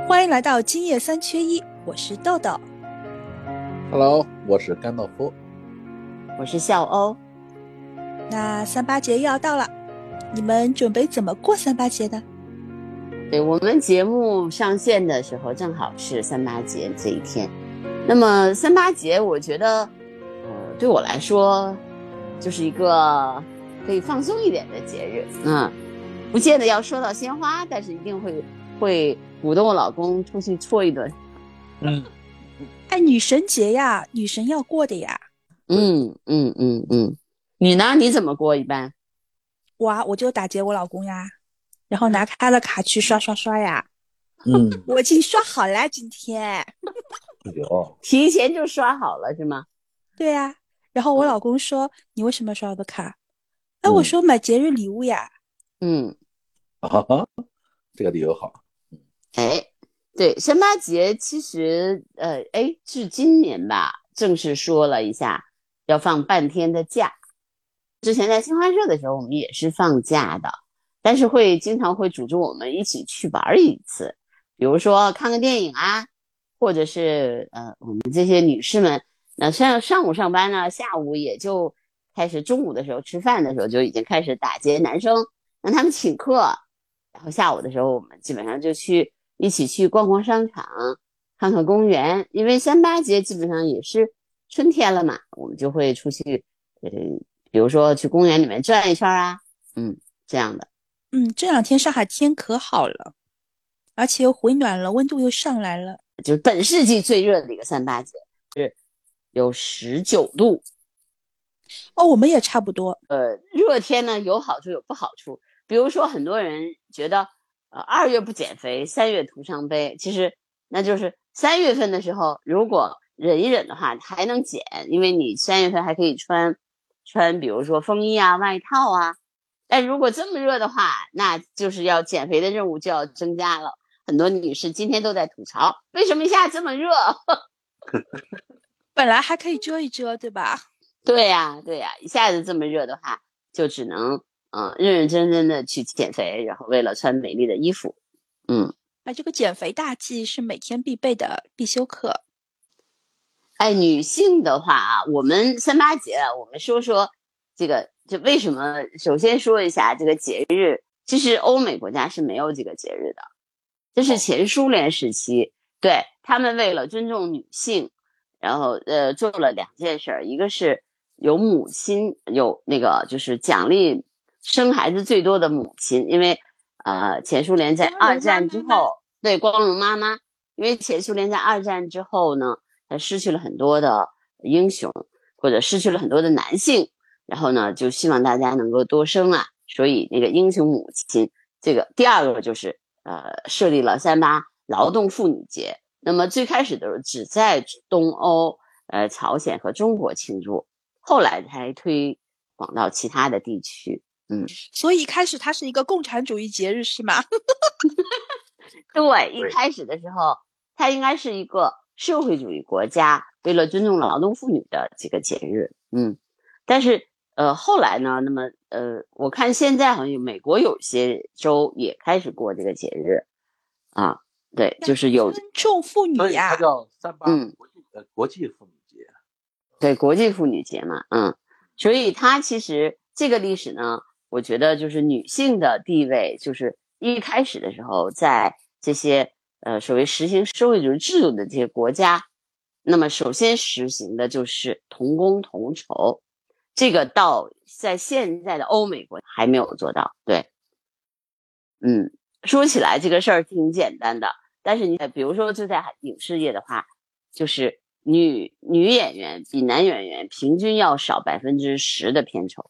欢迎来到今夜三缺一，我是豆豆。 Hello， 我是甘道夫， 我是笑欧。 那3·8节又要到了，你们准备怎么过3·8节的？ 对，我们节目上线的时候正好是3·8节这一天。那么3·8节，我觉得，对我来说，就是一个可以放松一点的节日。不见得要收到鲜花，但是一定会鼓动我老公出去搓一顿。 哎，女神节呀，女神要过的呀。 你呢？你怎么过一般？ 我就打劫我老公呀，然后拿他的卡去刷呀。我已经刷好了，今天。 提前就刷好了是吗？ 对呀。然后我老公说：“你为什么刷我的卡？”我说买节日礼物呀。 这个理由好。 对，3·8节其实是今年吧，正式说了一下要放半天的假。之前在新华社的时候我们也是放假的，但是经常会组织我们一起去玩一次，比如说看个电影啊，或者是我们这些女士们，那上午上班呢，下午也就开始，中午的时候吃饭的时候就已经开始打劫男生，让他们请客，然后下午的时候我们基本上就一起去逛逛商场，看看公园，因为3·8节基本上也是春天了嘛，我们就会出去比如说去公园里面转一圈啊，这样的。 这2天上海天可好了，而且又回暖了，温度又上来了。 就是本世纪最热的一个3·8节，是有19度。 我们也差不多。 热天呢有好处有不好处，比如说很多人觉得2月不减肥，3月徒伤悲，其实那就是3月份的时候如果忍一忍的话还能减，因为你3月份还可以穿比如说风衣啊外套啊，但如果这么热的话，那就是要减肥的任务就要增加了。很多女士今天都在吐槽为什么一下这么热本来还可以遮一遮对吧？ 对呀，一下子这么热的话就只能认认真真的去减肥，然后为了穿美丽的衣服。 这个减肥大计是每天必备的必修课。 女性的话啊，我们3·8节我们说这个，就为什么首先说一下这个节日，其实欧美国家是没有这个节日的，这是前苏联时期，对，他们为了尊重女性，然后做了2件事，一个是有母亲，有那个就是奖励生孩子最多的母亲，因为前苏联在2战之后，对，光荣妈妈，因为前苏联在2战之后呢，他失去了很多的英雄，或者失去了很多的男性，然后呢就希望大家能够多生啊，所以那个英雄母亲，这个第2个就是设立了3·8劳动妇女节。那么最开始的时候只在东欧朝鲜和中国庆祝，后来才推广到其他的地区。 所以一开始它是一个共产主义节日是吗？ 对，一开始的时候它应该是一个社会主义国家为了尊重劳动妇女的这个节日。但是后来呢，那么我看现在好像美国有些州也开始过这个节日啊，对，就是有尊重妇女呀， 它叫3·8国际妇女节。 对，国际妇女节嘛，所以它其实这个历史呢，我觉得就是女性的地位，就是一开始的时候在这些所谓实行社会主义制度的这些国家，那么首先实行的就是同工同酬，这个到在现在的欧美国还没有做到。对，说起来这个事儿挺简单的，但是你比如说就在影视业的话，就是女演员比男演员平均要少10%的片酬。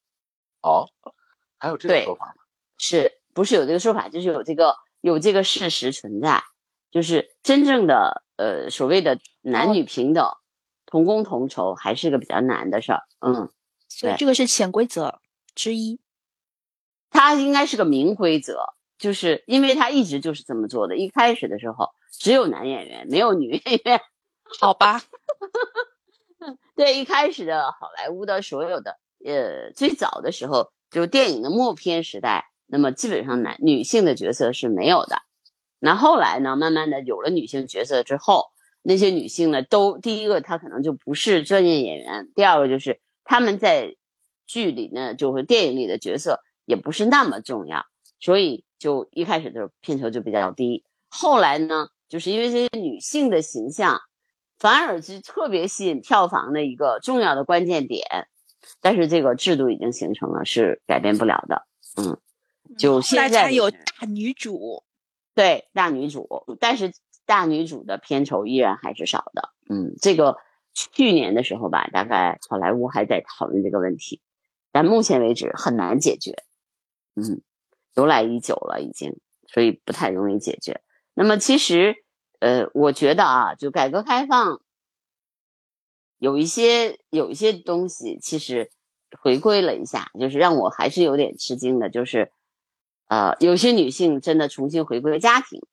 还有这个说法吗？ 是不是有这个说法？就是有这个事实存在，就是真正的所谓的男女平等、同工同酬还是个比较难的事儿。 所以这个是潜规则之一。 它应该是个明规则，就是因为它一直就是这么做的。一开始的时候只有男演员，没有女演员。 好吧。 对，一开始的好莱坞的所有的最早的时候，就电影的默片时代，那么基本上女性的角色是没有的。 那后来呢，慢慢的有了女性角色之后，那些女性呢，第一个她可能就不是专业演员，第二个就是她们在剧里呢，就是电影里的角色也不是那么重要，所以就一开始的片酬就比较低。后来呢，就是因为这些女性的形象，反而是特别吸引票房的一个重要的关键点，但是这个制度已经形成了，是改变不了的。就现在后来才有大女主。 对，大女主，但是大女主的片酬依然还是少的。这个去年的时候吧，大概好莱坞还在讨论这个问题，但目前为止很难解决。由来已久了已经，所以不太容易解决。那么其实我觉得啊，就改革开放有一些东西其实回归了一下，就是让我还是有点吃惊的，就是有些女性真的重新回归家庭，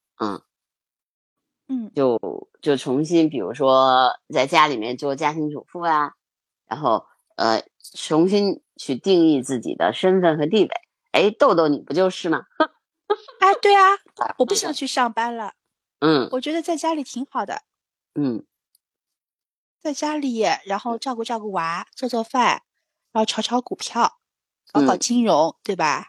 就重新，比如说在家里面做家庭主妇啊，然后重新去定义自己的身份和地位。哎，豆豆你不就是吗？ 哎，对啊，我不想去上班了。我觉得在家里挺好的。在家里，然后照顾娃，做做饭，然后炒股票，搞金融，对吧？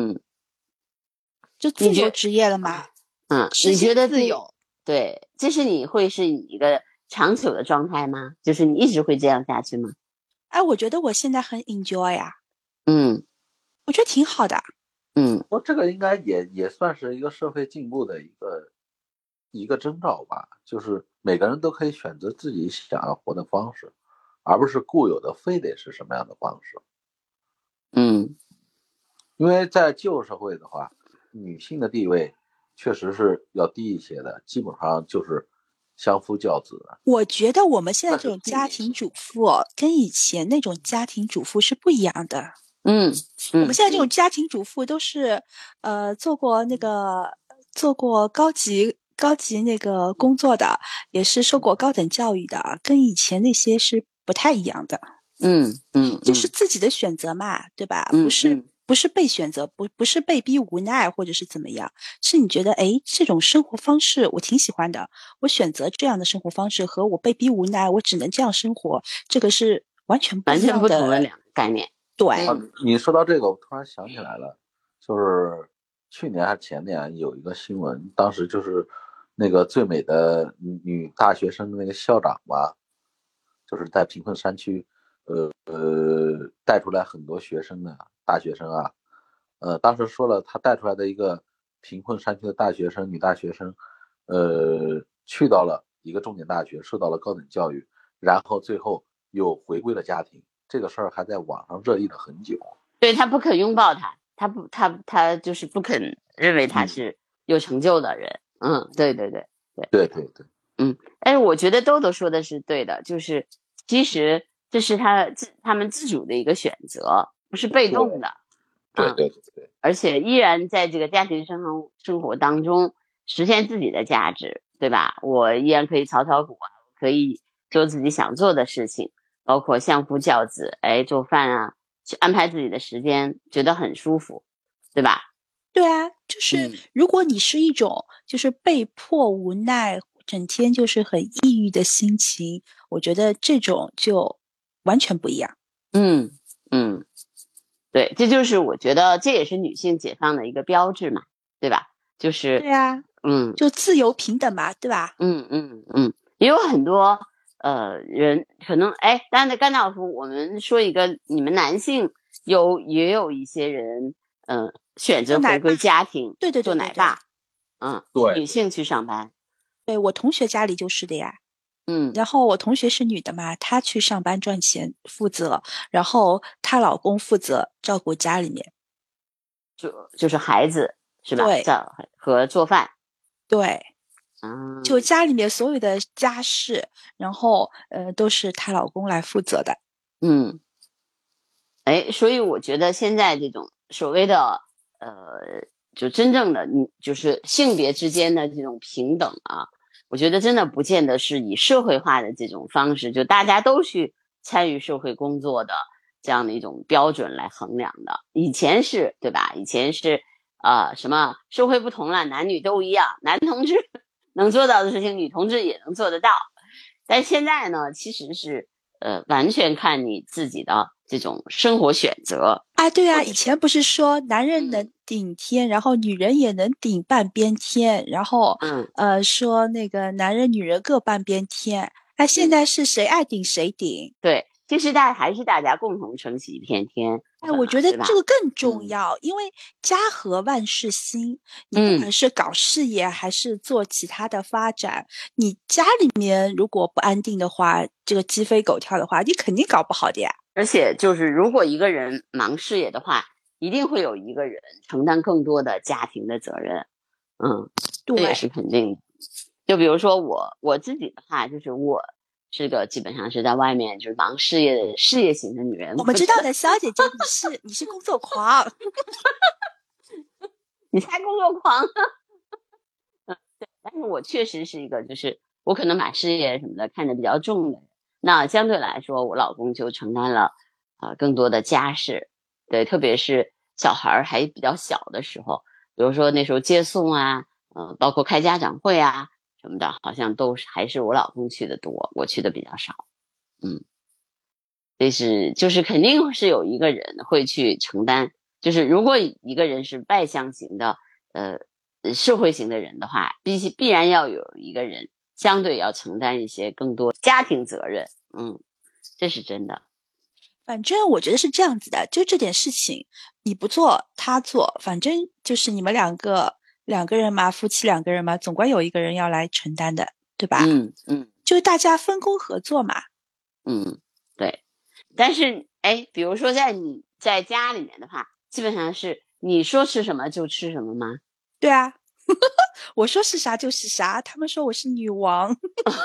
就自由职业了嘛。 你觉得自由？ 对，这是你会是你一个长久的状态吗？就是你一直会这样下去吗？ 哎，我觉得我现在很 enjoy 呀。我觉得挺好的。 我这个应该也算是一个社会进步的一个征兆吧，就是每个人都可以选择自己想要活的方式，而不是固有的非得是什么样的方式。因为在旧社会的话，女性的地位确实是要低一些的，基本上就是相夫教子。 我觉得我们现在这种家庭主妇跟以前那种家庭主妇是不一样的。我们现在这种家庭主妇都是做过高级那个工作的，也是受过高等教育的，跟以前那些是不太一样的。就是自己的选择嘛，对吧？不是被选择，不是被逼无奈或者是怎么样，是你觉得这种生活方式我挺喜欢的，我选择这样的生活方式和我被逼无奈我只能这样生活，这个是完全不一样的， 完全不同的两个概念。 对。 你说到这个，我突然想起来了，就是去年还是前年有一个新闻，当时就是那个最美的女大学生的那个校长吧，就是在贫困山区带出来很多学生的大学生啊，当时说了他带出来的一个贫困山区的女大学生，去到了一个重点大学，受到了高等教育，然后最后又回归了家庭。这个事儿还在网上热议了很久。 对，他不肯拥抱他就是不肯认为他是有成就的人。对。我觉得豆豆说的是对的，就是其实这是他们自主的一个选择，不是被动的。 对。 而且依然在这个家庭生活当中实现自己的价值，对吧？我依然可以炒股啊，可以做自己想做的事情，包括相夫教子，做饭啊，去安排自己的时间，觉得很舒服，对吧？ 对啊，就是如果你是一种就是被迫无奈，整天就是很抑郁的心情，我觉得这种就完全不一样。 对，这就是我觉得这也是女性解放的一个标志嘛，对吧？就是对啊，就自由平等嘛，对吧？ 也有很多人可能当然甘道夫，我们说一个，你们男性也有一些人选择回归家庭， 对， 做奶爸， 对， 女性去上班。 对，我同学家里就是的呀。然后我同学是女的嘛，她去上班赚钱负责，然后她老公负责照顾家里面， 就是孩子是吧？ 对， 和做饭。 对，就家里面所有的家事，然后都是她老公来负责的。 所以我觉得现在这种所谓的就真正的就是性别之间的这种平等啊，我觉得真的不见得是以社会化的这种方式，就大家都去参与社会工作的这样的一种标准来衡量的。以前是，对吧？以前是什么社会不同了，男女都一样，男同志能做到的事情，女同志也能做得到。但现在呢，其实是完全看你自己的这种生活选择啊。对啊，以前不是说男人能顶天，然后女人也能顶半边天，然后说那个男人女人各半边天。哎，现在是谁爱顶谁顶。 对，其实还是大家共同撑起一片天。 哎，我觉得这个更重要，因为家和万事兴。你不管是搞事业还是做其他的发展，你家里面如果不安定的话，这个鸡飞狗跳的话，你肯定搞不好的呀。 而且就是如果一个人忙事业的话，一定会有一个人承担更多的家庭的责任。这也是肯定的。就比如说我自己的话，就是我是个基本上是在外面就是忙事业型的女人。 我们知道的，小姐姐，你是工作狂。 你才工作狂。对，但是我确实是一个，就是我可能把事业什么的看得比较重的人。那相对来说，我老公就承担了更多的家事。对，特别是小孩还比较小的时候，比如说那时候接送啊，包括开家长会啊什么的，好像都是还是我老公去的多，我去的比较少。就是肯定是有一个人会去承担，就是如果一个人是外向型的社会型的人的话，必然要有一个人相对要承担一些更多家庭责任。这是真的。 反正我觉得是这样子的，就这点事情你不做他做，反正就是你们两个人嘛，夫妻两个人嘛，总归有一个人要来承担的，对吧？就是大家分工合作嘛。 对。但是比如说你在家里面的话，基本上是你说吃什么就吃什么吗？ 对啊。我说是啥就是啥，他们说我是女王。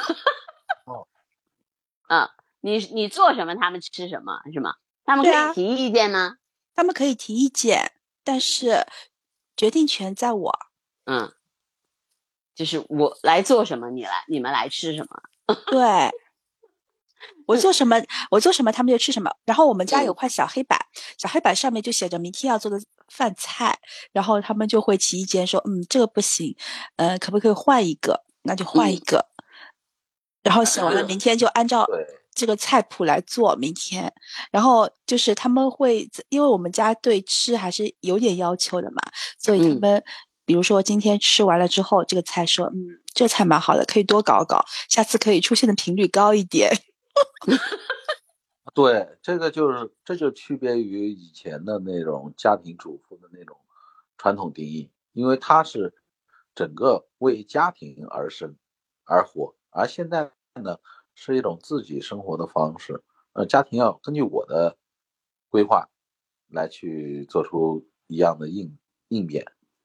你做什么他们吃什么是吗？他们可以提意见吗？ 他们可以提意见，但是决定权在我。 就是我来做什么你们来吃什么。 对。我做什么他们就吃什么。然后我们家有块小黑板，小黑板上面就写着明天要做的饭菜，然后他们就会提意见说这个不行，可不可以换一个，那就换一个。然后写完了明天就按照这个菜谱来做明天。然后就是他们会，因为我们家对吃还是有点要求的嘛，所以他们比如说今天吃完了之后，这个菜说这菜蛮好的，可以多搞搞，下次可以出现的频率高一点。 对，这就区别于以前的那种家庭主妇的那种传统定义，因为他是整个为家庭而生而活，而现在呢是一种自己生活的方式。家庭要根据我的规划来去做出一样的应变。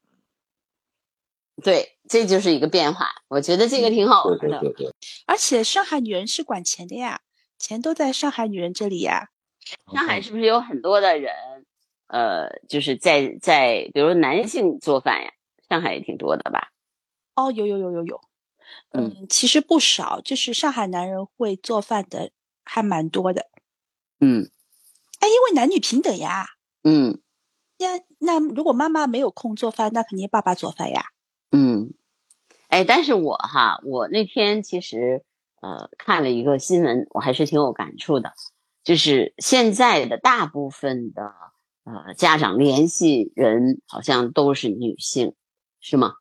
对，这就是一个变化，我觉得这个挺好玩的。 对。 而且上海女人是管钱的呀，钱都在上海女人这里呀。 上海是不是有很多的人就是在比如男性做饭呀，上海也挺多的吧？ 有。其实不少，就是上海男人会做饭的还蛮多的。因为男女平等呀。那如果妈妈没有空做饭，那肯定爸爸做饭呀。 但是我那天其实看了一个新闻，我还是挺有感触的，就是现在的大部分的家长联系人好像都是女性，是吗？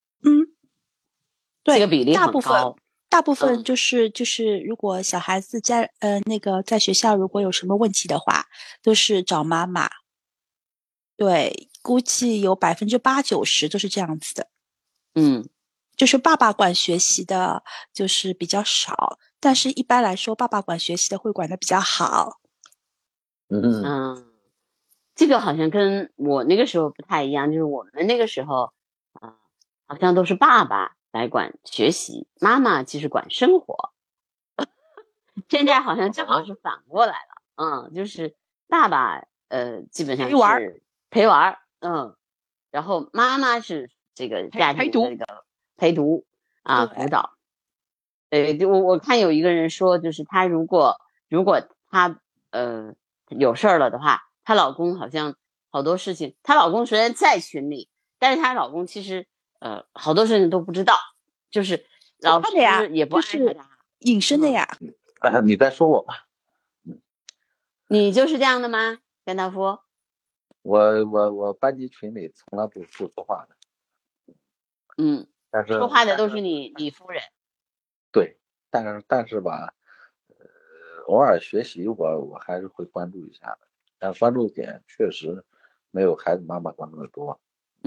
对， 这个比例很高。 大部分就是如果小孩子那个在学校如果有什么问题的话，都是找妈妈。对，估计有80%-90%都是这样子的。就是爸爸管学习的就是比较少，但是一般来说爸爸管学习的会管得比较好。 这个好像跟我那个时候不太一样，就是我们那个时候好像都是爸爸来管学习，妈妈其实管生活。现在好像正好是反过来了。就是爸爸基本上是陪玩，然后妈妈是这个家庭的这个陪读辅导。就我看有一个人说，就是他如果他有事儿了的话，她老公好像好多事情，她老公虽然在群里， 但是她老公其实好多事情都不知道，就是老师也不爱她， 隐身的呀。 你再说我吧。 你就是这样的吗？甘道夫？ 我班级群里从来不说话的。 但是说话的都是你夫人。 对，但是吧，偶尔学习我还是会关注一下的，但关注点确实没有孩子妈妈关注的多。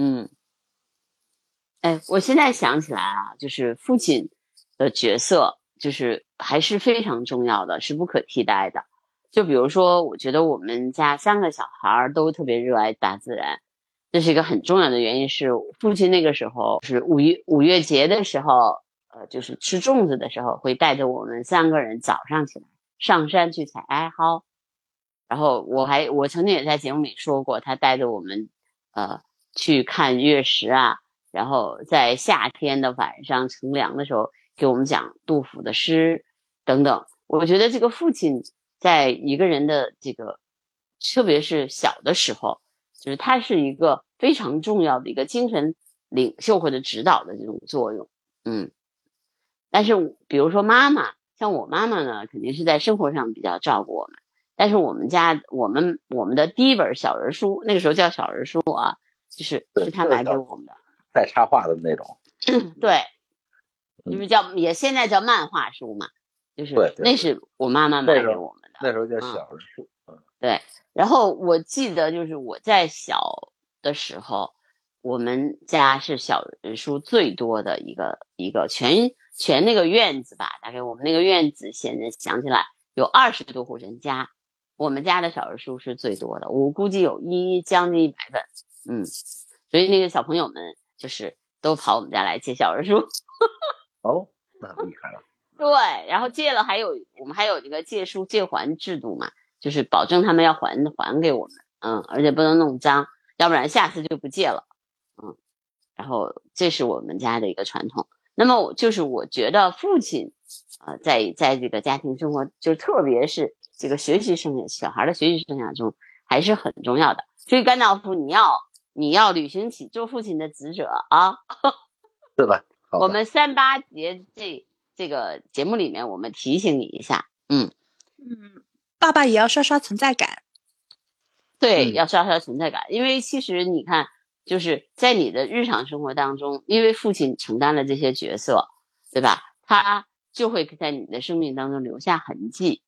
我现在想起来啊，就是父亲的角色就是还是非常重要的，是不可替代的。就比如说，我觉得我们家3个小孩都特别热爱大自然，这是一个很重要的原因。是父亲那个时候是五月节的时候，就是吃粽子的时候，会带着我们3个人早上起来上山去采艾蒿。然后我曾经也在节目里说过，他带着我们去看月食啊，然后在夏天的晚上乘凉的时候给我们讲杜甫的诗等等。我觉得这个父亲在一个人的这个特别是小的时候，就是他是一个非常重要的一个精神领袖或者指导的这种作用。但是比如说妈妈，像我妈妈呢，肯定是在生活上比较照顾我们。但是我们家我们的第一本小人书，那个时候叫小人书啊，是他买给我们的， 带插画的那种。 对，就是也现在叫漫画书嘛，就是那是我妈妈买给我们的， 那时候叫小人书。 对。然后我记得就是我在小的时候，我们家是小人书最多的一个全那个院子吧，大概我们那个院子现在想起来有20多户人家，我们家的小人书是最多的，我估计有将近100本。所以那个小朋友们就是都跑我们家来借小人书。 那厉害了。 对，然后借了我们还有这个借书借还制度嘛，就是保证他们要还给我们，而且不能弄脏，要不然下次就不借了。然后这是我们家的一个传统。那么我觉得父亲在这个家庭生活，就特别是这个小孩的学习生涯中还是很重要的。所以甘道夫，你要履行起做父亲的职责啊。 是的。 我们38节这个节目里面，我们提醒你一下。 爸爸也要刷刷存在感。 对，要刷刷存在感。因为其实你看，就是在你的日常生活当中，因为父亲承担了这些角色，对吧？他就会在你的生命当中留下痕迹。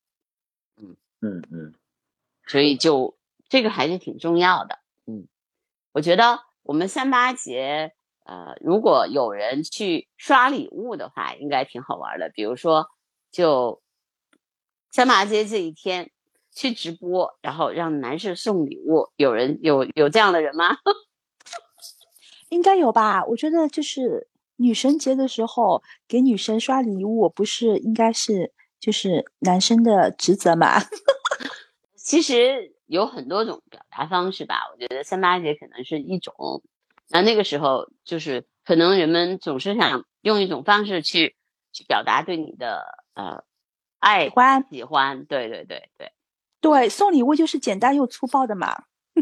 所以这个还是挺重要的。我觉得我们38节如果有人去刷礼物的话，应该挺好玩的。比如说就38节这一天去直播，然后让男士送礼物，有这样的人吗？ 应该有吧。我觉得就是女神节的时候给女神刷礼物，不是应该是就是男生的职责嘛？ 其实有很多种表达方式吧，我觉得38节可能是一种。那个时候就是可能人们总是想用一种方式去表达对你的爱喜欢。对， 送礼物就是简单又粗暴的嘛。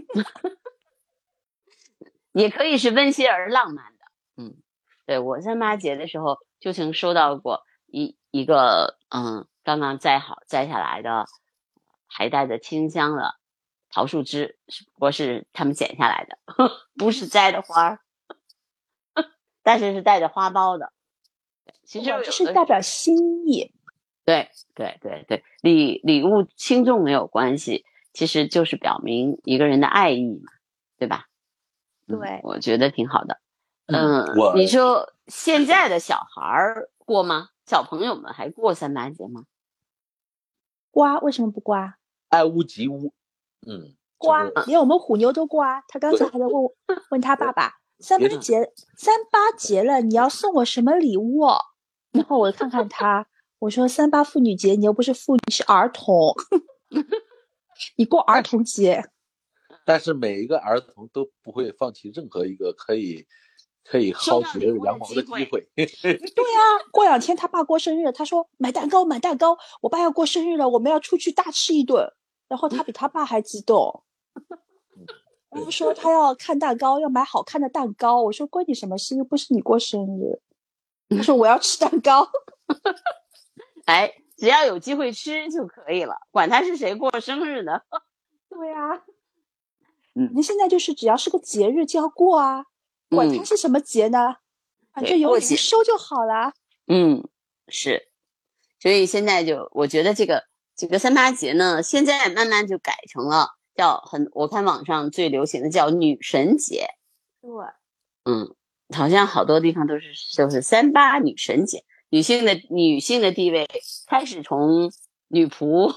也可以是温馨而浪漫的。对，我38节的时候就曾收到过一个刚刚摘下来的还带着清香的桃树枝，不过是他们剪下来的，不是摘的花，但是带着花苞的。其实这是代表心意。 对，礼物轻重没有关系，其实就是表明一个人的爱意嘛，对吧？ 对， 我觉得挺好的。你说现在的小孩过吗？小朋友们还过38节吗？ 刮，为什么不刮？ 爱屋及乌。 刮，连我们虎妞都刮。他刚才还在问他爸爸，38节了，你要送我什么礼物？然后我看看他，我说38妇女节，你又不是妇女，是儿童，你过儿童节。 但是每一个儿童都不会放弃任何一个可以薅别人羊毛的机会。对呀，过2天他爸过生日，他说买蛋糕，我爸要过生日了，我们要出去大吃一顿。然后他比他爸还激动。 他说他要看蛋糕，要买好看的蛋糕。我说关你什么事？又不是你过生日。他说我要吃蛋糕。 哎，只要有机会吃就可以了，管他是谁过生日呢。 对啊，那现在就是只要是个节日就要过啊，管它是什么节呢？反正有礼物收就好了。 是。所以现在就我觉得这个3·8节呢，现在慢慢就改成了我看网上最流行的叫女神节。 对， 好像好多地方都是3·8女神节，女性的地位开始从女仆，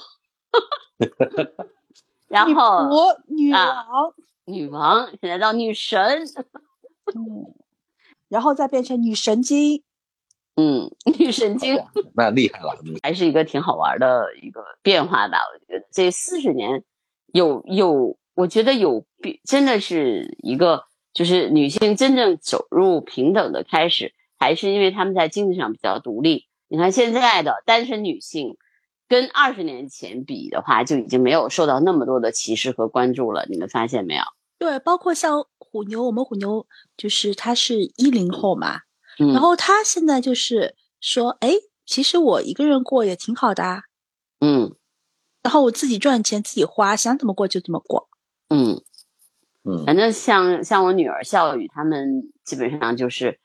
然后女王，现在到女神， 然后再变成女神经。 女神经那厉害了， 还是一个挺好玩的一个变化吧。我觉得这40年我觉得真的是一个就是女性真正走入平等的开始，还是因为她们在经济上比较独立。你看现在的单身女性跟20年前比的话，就已经没有受到那么多的歧视和关注了，你们发现没有？ 对，包括像虎妞，我们虎妞就是她是10后嘛。然后他现在就是说，哎，其实我一个人过也挺好的啊。然后我自己赚钱自己花，想怎么过就怎么过。 反正像我女儿笑语他们基本上就是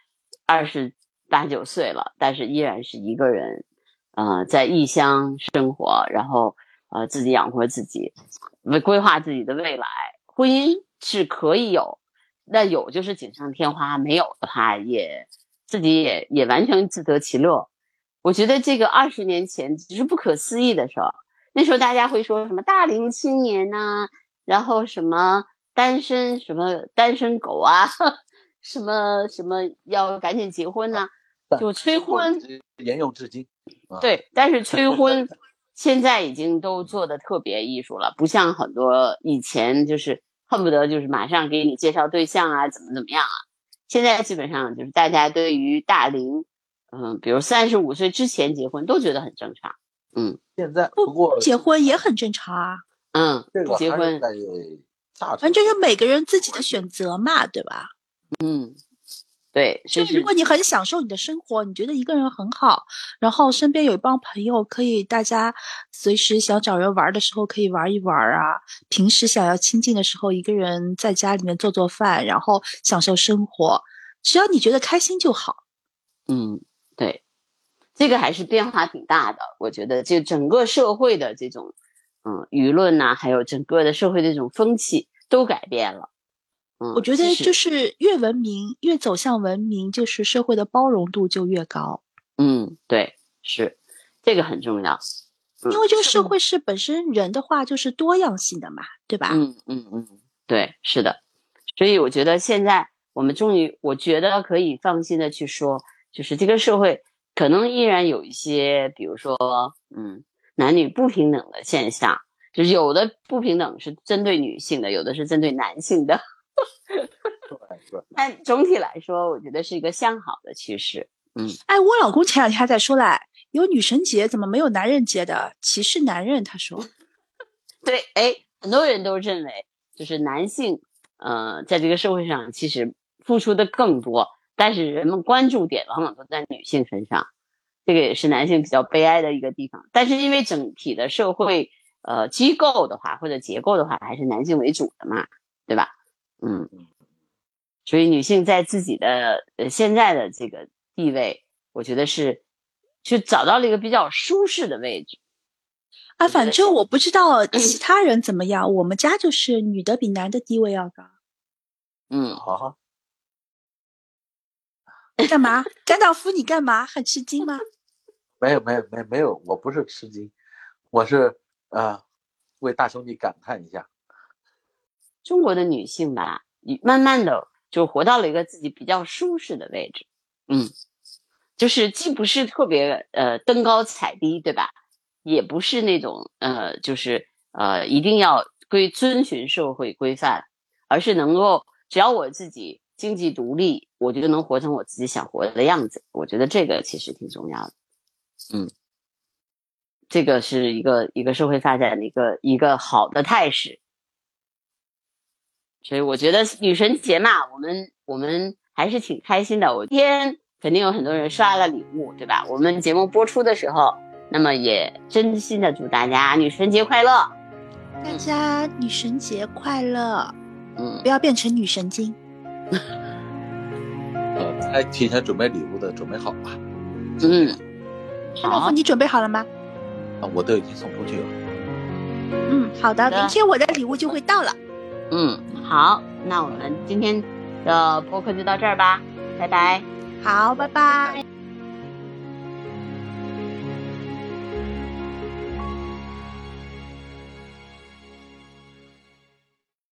28、29岁了，但是依然是一个人，在异乡生活，然后自己养活自己，规划自己的未来。婚姻是可以有，那有就是锦上添花，没有的话自己也完全自得其乐。我觉得这个20年前只是不可思议的时候，那时候大家会说什么大龄青年呐，然后什么单身狗啊，什么要赶紧结婚呐，就催婚沿用至今。 对，但是催婚现在已经都做得特别艺术了，不像很多以前就是恨不得就是马上给你介绍对象啊，怎么样啊。现在基本上就是大家对于大龄，比如35岁之前结婚都觉得很正常。 现在不过结婚也很正常啊。 不结婚， 反正就每个人自己的选择嘛，对吧？ 对， 就如果你很享受你的生活，你觉得一个人很好，然后身边有一帮朋友，可以大家随时想找人玩的时候可以玩一玩啊。平时想要亲近的时候，一个人在家里面做饭，然后享受生活，只要你觉得开心就好。 对，这个还是变化挺大的。我觉得就整个社会的这种舆论呐，还有整个的社会的这种风气都改变了。 我觉得就是越文明，越走向文明，就是社会的包容度就越高。 对，是这个很重要。 因为这个社会是本身人的话就是多样性的嘛，对吧？ 对，是的。所以我觉得现在我们我觉得可以放心的去说，就是这个社会可能依然有一些，比如说男女不平等的现象，就是有的不平等是针对女性的，有的是针对男性的。但总体来说，我觉得是一个向好的趋势。 我老公前2天还在说来，有女神节怎么没有男人节的？歧视男人，他说。 对，很多人都认为就是男性，在这个社会上其实付出的更多，但是人们关注点往往都在女性身上，这个也是男性比较悲哀的一个地方。但是因为整体的社会机构的话或者结构的话，还是男性为主的嘛，对吧？所以女性在自己的现在的这个地位，我觉得是就找到了一个比较舒适的位置。 反正我不知道其他人怎么样，我们家就是女的比男的地位要高。 好。 干嘛？甘道夫你干嘛？很吃惊吗？ 没有，我不是吃惊，我是为大兄弟感叹一下。 中国的女性吧，慢慢的就活到了一个自己比较舒适的位置。就是既不是特别登高踩低，对吧？也不是那种就是一定要遵循社会规范，而是能够只要我自己经济独立，我就能活成我自己想活的样子。我觉得这个其实挺重要的。这个是一个社会发展的一个好的态势。 所以我觉得女神节嘛，我们还是挺开心的。我今天肯定有很多人刷了礼物，对吧？我们节目播出的时候，那么也真心的祝大家女神节快乐， 大家女神节快乐，不要变成女神经。 还提前准备礼物的准备好吧。 好，你准备好了吗？ 我都已经送出去了。 好的，明天我的礼物就会到了。 好，那我们今天的播客就到这儿吧，拜拜。 好，拜拜。